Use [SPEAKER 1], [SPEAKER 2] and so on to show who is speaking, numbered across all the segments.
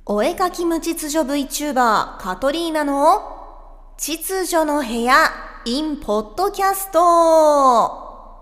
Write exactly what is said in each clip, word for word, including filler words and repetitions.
[SPEAKER 1] お絵かき無秩序 VTuber カトリーナの秩序の部屋 in ポッドキャスト。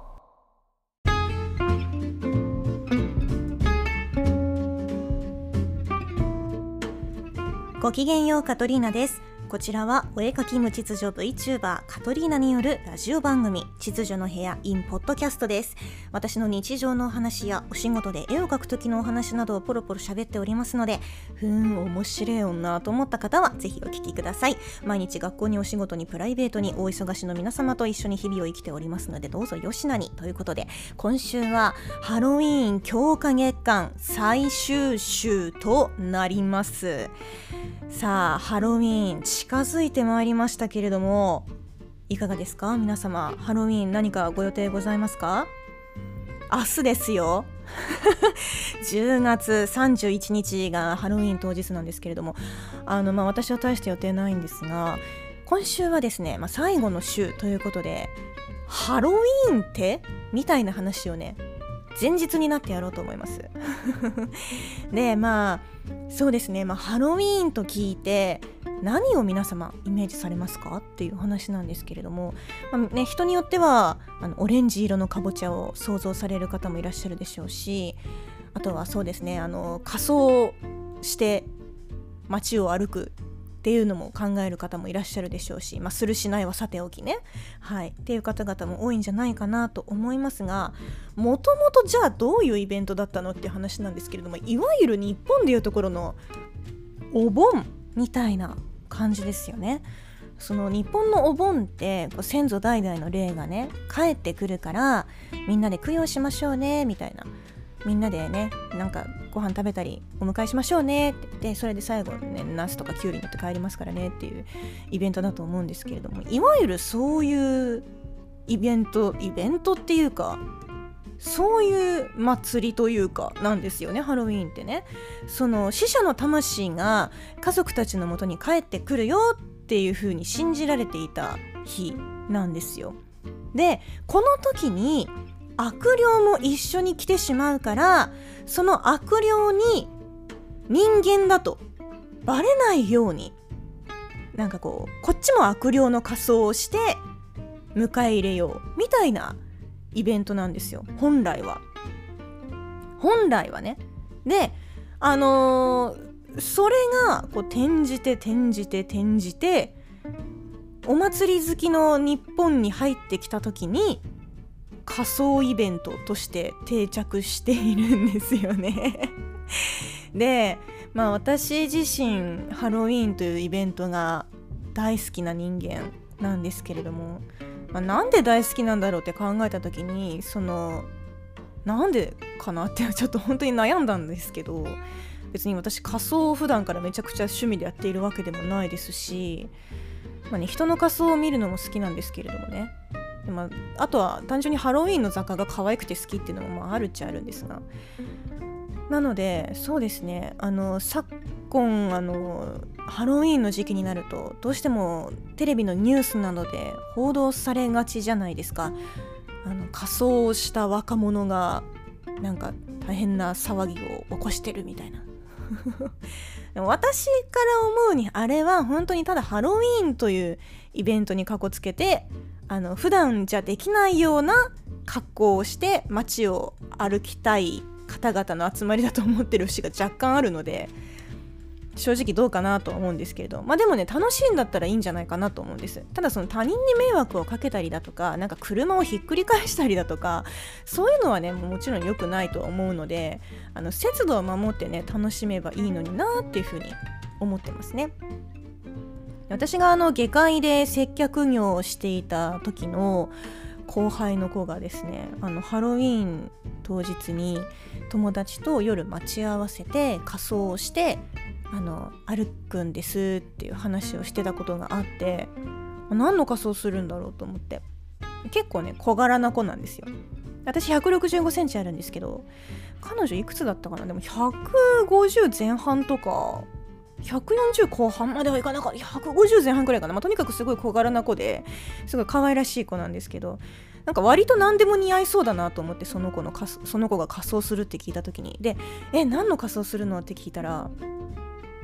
[SPEAKER 1] ごきげんよう、カトリーナです。こちらはお絵かき無秩序 VTuber カトリーナによるラジオ番組秩序の部屋 in ポッドキャストです。私の日常のお話やお仕事で絵を描く時のお話などをポロポロ喋っておりますので、ふーん面白い女と思った方はぜひお聞きください。毎日学校にお仕事にプライベートに大忙しの皆様と一緒に日々を生きておりますので、どうぞよしなにということで、今週はハロウィーン強化月間最終週となります。さあハロウィーン近づいてまいりましたけれども、いかがですか皆様。ハロウィーン何かご予定ございますか？明日ですよじゅうがつさんじゅういちにちがハロウィーン当日なんですけれども、あの、まあ、私は大して予定ないんですが、今週はですね、まあ、最後の週ということで、ハロウィーンってみたいな話をね前日になってやろうと思いますで、まあそうですね、まあ、ハロウィーンと聞いて何を皆様イメージされますかっていう話なんですけれども、まあね、人によってはあのオレンジ色のかぼちゃを想像される方もいらっしゃるでしょうし、あとはそうですね、あの仮装して街を歩くっていうのも考える方もいらっしゃるでしょうし、まあ、するしないはさておきね、はい、っていう方々も多いんじゃないかなと思いますが、もともとじゃあどういうイベントだったのっていう話なんですけれども、いわゆる日本でいうところのお盆みたいな感じですよね。その日本のお盆ってこう先祖代々の霊がね帰ってくるからみんなで供養しましょうねみたいな、みんなでねなんかご飯食べたりお迎えしましょうねって言って、それで最後ねナスとかキュウリ塗って帰りますからねっていうイベントだと思うんですけれども、いわゆるそういうイベントイベントっていうかそういう祭りというかなんですよね、ハロウィーンってね。その死者の魂が家族たちのもとに帰ってくるよっていう風に信じられていた日なんですよ。でこの時に悪霊も一緒に来てしまうから、その悪霊に人間だとバレないようになんかこうこっちも悪霊の仮装をして迎え入れようみたいなイベントなんですよ、本来は本来はね。であのー、それがこう転じて転じて転じてお祭り好きの日本に入ってきた時に仮装イベントとして定着しているんですよねで、まあ私自身ハロウィーンというイベントが大好きな人間なんですけれども、まあ、なんで大好きなんだろうって考えた時に、そのなんでかなってちょっと本当に悩んだんですけど、別に私仮装を普段からめちゃくちゃ趣味でやっているわけでもないですし、まあね、人の仮装を見るのも好きなんですけれどもね、でまあ、あとは単純にハロウィーンの雑貨が可愛くて好きっていうのもまああるっちゃあるんですが、なのでそうですね、あの昨今あのハロウィーンの時期になるとどうしてもテレビのニュースなどで報道されがちじゃないですか。あの仮装をした若者がなんか大変な騒ぎを起こしてるみたいなでも私から思うにあれは本当にただハロウィーンというイベントにかこつけて、あの普段じゃできないような格好をして街を歩きたい方々の集まりだと思ってる節が若干あるので、正直どうかなと思うんですけれど、まあでもね楽しいんだったらいいんじゃないかなと思うんです。ただその他人に迷惑をかけたりだとか、なんか車をひっくり返したりだとか、そういうのはねもちろん良くないと思うので、あの節度を守ってね楽しめばいいのになっていうふうに思ってますね。私があの下界で接客業をしていた時の後輩の子がですね、あのハロウィーン当日に友達と夜待ち合わせて仮装をしてあの歩くんですっていう話をしてたことがあって、何の仮装するんだろうと思って、結構ね小柄な子なんですよ。私ひゃくろくじゅうごセンチあるんですけど、彼女いくつだったかな、でもひゃくごじゅうぜん半とかひゃくよんじゅう後半まではいかなかった、ひゃくごじゅうぜん半くらいかな、まあ、とにかくすごい小柄な子ですごい可愛らしい子なんですけど、なんか割と何でも似合いそうだなと思って、その子のその子が仮装するって聞いた時に、でえ何の仮装するのって聞いたら、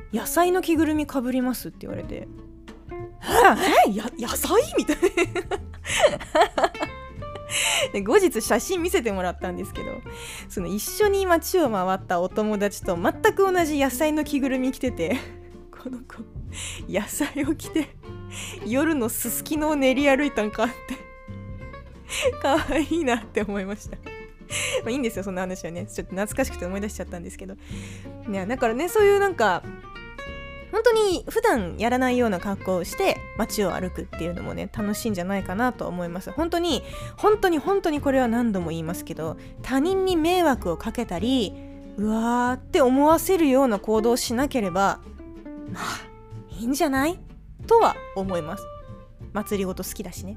[SPEAKER 1] 野菜の着ぐるみかぶりますって言われて、えー、や野菜みたいなで後日写真見せてもらったんですけど、その一緒に街を回ったお友達と全く同じ野菜の着ぐるみ着てて、この子野菜を着て夜のすすきのを練り歩いたんかってかわいいなって思いましたまあいいんですよ、そんな話はね。ちょっと懐かしくて思い出しちゃったんですけど、いやだからね、そういうなんか本当に普段やらないような格好をして街を歩くっていうのもね、楽しいんじゃないかなと思います。本当に本当に本当にこれは何度も言いますけど、他人に迷惑をかけたりうわーって思わせるような行動をしなければまあいいんじゃないとは思います。祭りごと好きだしね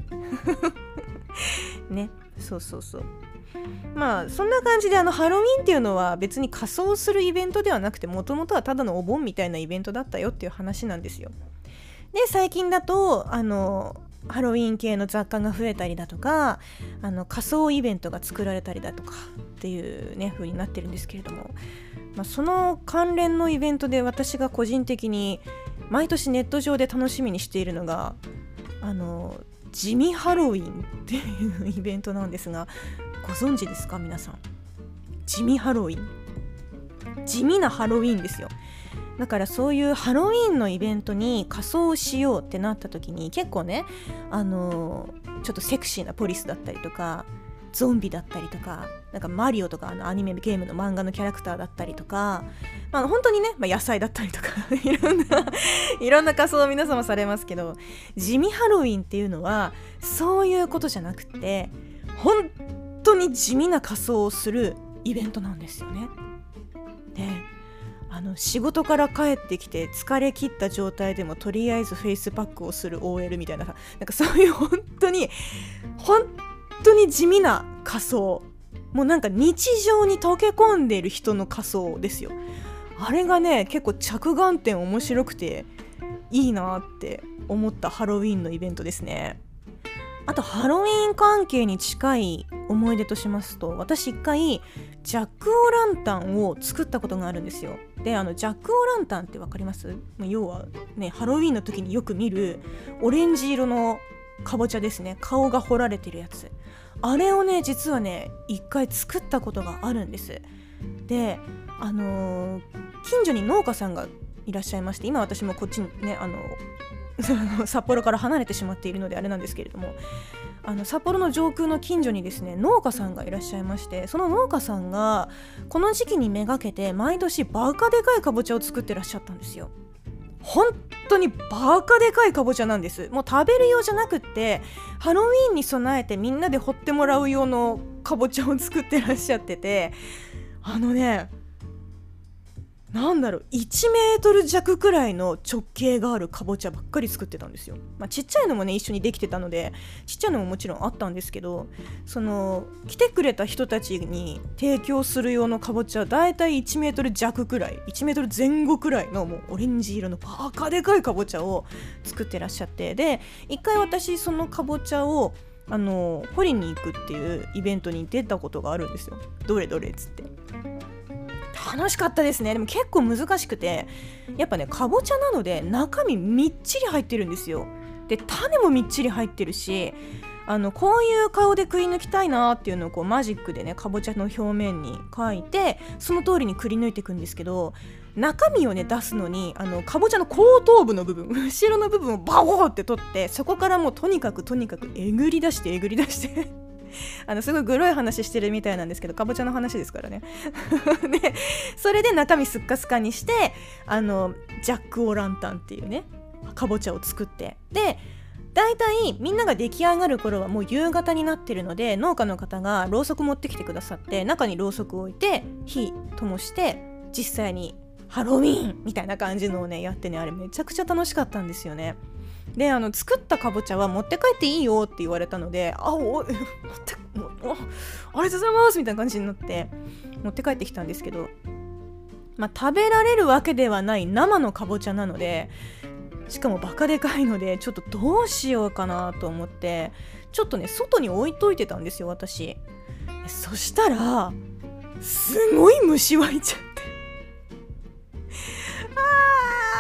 [SPEAKER 1] ね、そうそうそう。まあそんな感じで、あのハロウィンっていうのは別に仮装するイベントではなくて、もともとはただのお盆みたいなイベントだったよっていう話なんですよ。で最近だとあのハロウィン系の雑貨が増えたりだとか、あの仮装イベントが作られたりだとかっていうね風になってるんですけれども、まあ、その関連のイベントで私が個人的に毎年ネット上で楽しみにしているのが、あの地味ハロウィンっていうイベントなんですが、ご存知ですか皆さん。地味ハロウィン、地味なハロウィンですよ。だからそういうハロウィンのイベントに仮装しようってなった時に、結構ね、あのちょっとセクシーなポリスだったりとか、ゾンビだったりとか、なんかマリオとかあのアニメゲームの漫画のキャラクターだったりとか、まあ、本当にね、まあ、野菜だったりとかいろんないろんな仮装を皆様されますけど、地味ハロウィンっていうのはそういうことじゃなくて、本当に地味な仮装をするイベントなんですよね。で、あの仕事から帰ってきて疲れ切った状態でもとりあえずフェイスパックをする オーエル みたいな、なんかそういう本当に本当に地味な仮装、もうなんか日常に溶け込んでいる人の仮装ですよ。あれがね結構着眼点面白くていいなって思ったハロウィンのイベントですね。あとハロウィン関係に近い思い出としますと、私一回ジャック・オー・ランタンを作ったことがあるんですよ。で、あのジャック・オー・ランタンってわかります？要はね、ハロウィンの時によく見るオレンジ色のかぼちゃですね。顔が彫られてるやつ、あれをね実はね一回作ったことがあるんです。で、あのー、近所に農家さんがいらっしゃいまして、今私もこっちにねあの札幌から離れてしまっているのであれなんですけれども、あの札幌の上空の近所にですね農家さんがいらっしゃいまして、その農家さんがこの時期にめがけて毎年バカでかいかぼちゃを作ってらっしゃったんですよ。本当にバカでかいかぼちゃなんです。もう食べる用じゃなくって、ハロウィーンに備えてみんなで掘ってもらう用のかぼちゃを作ってらっしゃってて、あのねなんだろういちメートル弱くらいの直径があるかぼちゃばっかり作ってたんですよ。まあ、ちっちゃいのもね一緒にできてたので、ちっちゃいのももちろんあったんですけど、その来てくれた人たちに提供する用のかぼちゃだいたいいちメートル弱くらい、いちメートル前後くらいのもうオレンジ色のバカでかいかぼちゃを作ってらっしゃって、で一回私そのかぼちゃをあの掘りに行くっていうイベントに出たことがあるんですよ。どれどれっつって楽しかったですね。でも結構難しくて、やっぱねかぼちゃなので中身みっちり入ってるんですよ。で種もみっちり入ってるし、あのこういう顔でくり抜きたいなっていうのをこうマジックでねかぼちゃの表面に書いて、その通りにくり抜いていくんですけど、中身をね出すのにあのかぼちゃの後頭部の部分、後ろの部分をバコーって取って、そこからもうとにかくとにかくえぐり出してえぐり出してあのすごいグロい話してるみたいなんですけど、かぼちゃの話ですからねでそれで中身スッカスカにして、あのジャック・オー・ランタンっていうねかぼちゃを作って、でだいたいみんなが出来上がる頃はもう夕方になってるので、農家の方がろうそく持ってきてくださって、中にろうそくを置いて火灯して実際にハロウィーンみたいな感じのをねやってね、あれめちゃくちゃ楽しかったんですよね。であの作ったかぼちゃは持って帰っていいよって言われたので、あお持ってもおありがとうございますみたいな感じになって持って帰ってきたんですけど、まあ食べられるわけではない生のかぼちゃなので、しかもバカでかいのでちょっとどうしようかなと思ってちょっとね外に置いといてたんですよ私。そしたらすごい虫湧いちゃってあ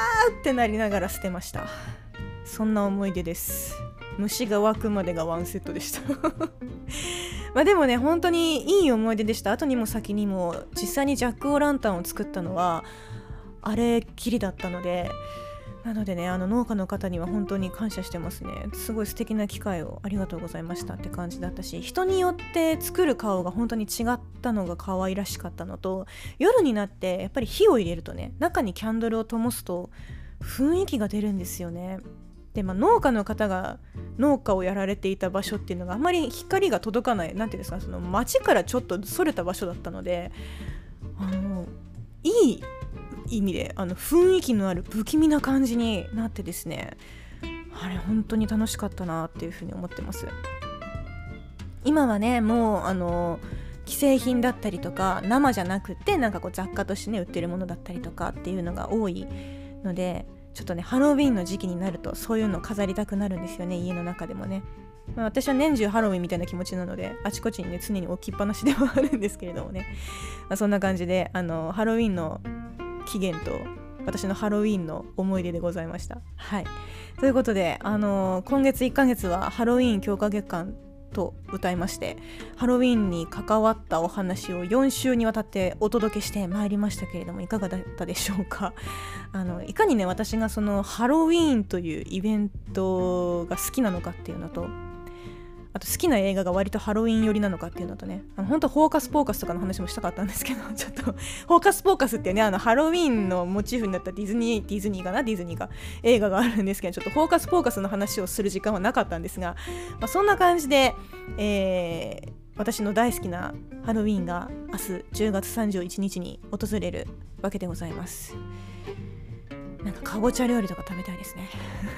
[SPEAKER 1] ってなりながら捨てました。そんな思い出です。虫が湧くまでがワンセットでしたまあでもね、本当にいい思い出でした。後にも先にも実際にジャックオーランタンを作ったのはあれっきりだったので、なのでね、あの農家の方には本当に感謝してますね。すごい素敵な機会をありがとうございましたって感じだったし、人によって作る顔が本当に違ったのが可愛らしかったのと、夜になってやっぱり火を入れるとね、中にキャンドルを灯すと雰囲気が出るんですよね。で、まあ、農家の方が農家をやられていた場所っていうのがあんまり光が届かない、なんていうんですか、その町からちょっとそれた場所だったので、あのいい意味であの雰囲気のある不気味な感じになってですね、あれ本当に楽しかったなっていうふうに思ってます。今はね、もうあの既製品だったりとか生じゃなくてなんかこう雑貨としてね売ってるものだったりとかっていうのが多いので、ちょっとねハロウィンの時期になるとそういうのを飾りたくなるんですよね、家の中でもね。まあ、私は年中ハロウィンみたいな気持ちなので、あちこちにね常に置きっぱなしではあるんですけれどもね、まあ、そんな感じであのハロウィンの起源と私のハロウィンの思い出でございました。はい、ということで、あの今月いっかげつはハロウィン強化月間と歌いまして、ハロウィンに関わったお話をよん週にわたってお届けしてまいりましたけれども、いかがだったでしょうか。あのいかにね私がそのハロウィーンというイベントが好きなのかっていうのと、あと好きな映画が割とハロウィン寄りなのかっていうのとね、あの本当フォーカス・ポーカスとかの話もしたかったんですけど、ちょっとフォーカス・ポーカスっていうね、あのハロウィンのモチーフになったディズニーディズニーかなディズニーが映画があるんですけど、ちょっとフォーカス・ポーカスの話をする時間はなかったんですが、まあ、そんな感じで、えー、私の大好きなハロウィンが明日じゅうがつさんじゅういちにちに訪れるわけでございます。なんかかぼちゃ料理とか食べたいですね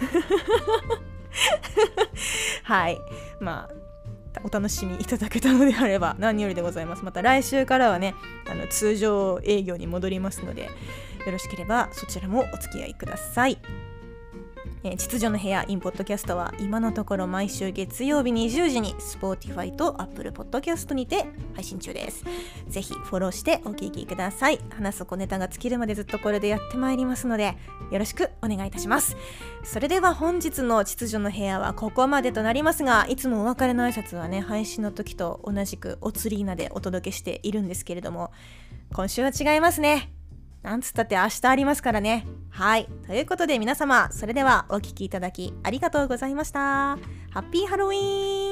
[SPEAKER 1] はい、まあお楽しみいただけたのであれば何よりでございます。また来週からはね、あの通常営業に戻りますので、よろしければそちらもお付き合いください。えー、秩序の部屋 in ポッドキャストは今のところ毎週月曜日にじゅうじに Spotify と Apple Podcast にて配信中です。ぜひフォローしてお聞きください。話す小ネタが尽きるまでずっとこれでやってまいりますので、よろしくお願いいたします。それでは本日の秩序の部屋はここまでとなりますが、いつもお別れの挨拶はね、配信の時と同じくおつりーなでお届けしているんですけれども、今週は違いますね。なんつったって明日ありますからね。はい。ということで皆様、それではお聞きいただきありがとうございました。ハッピーハロウィーン。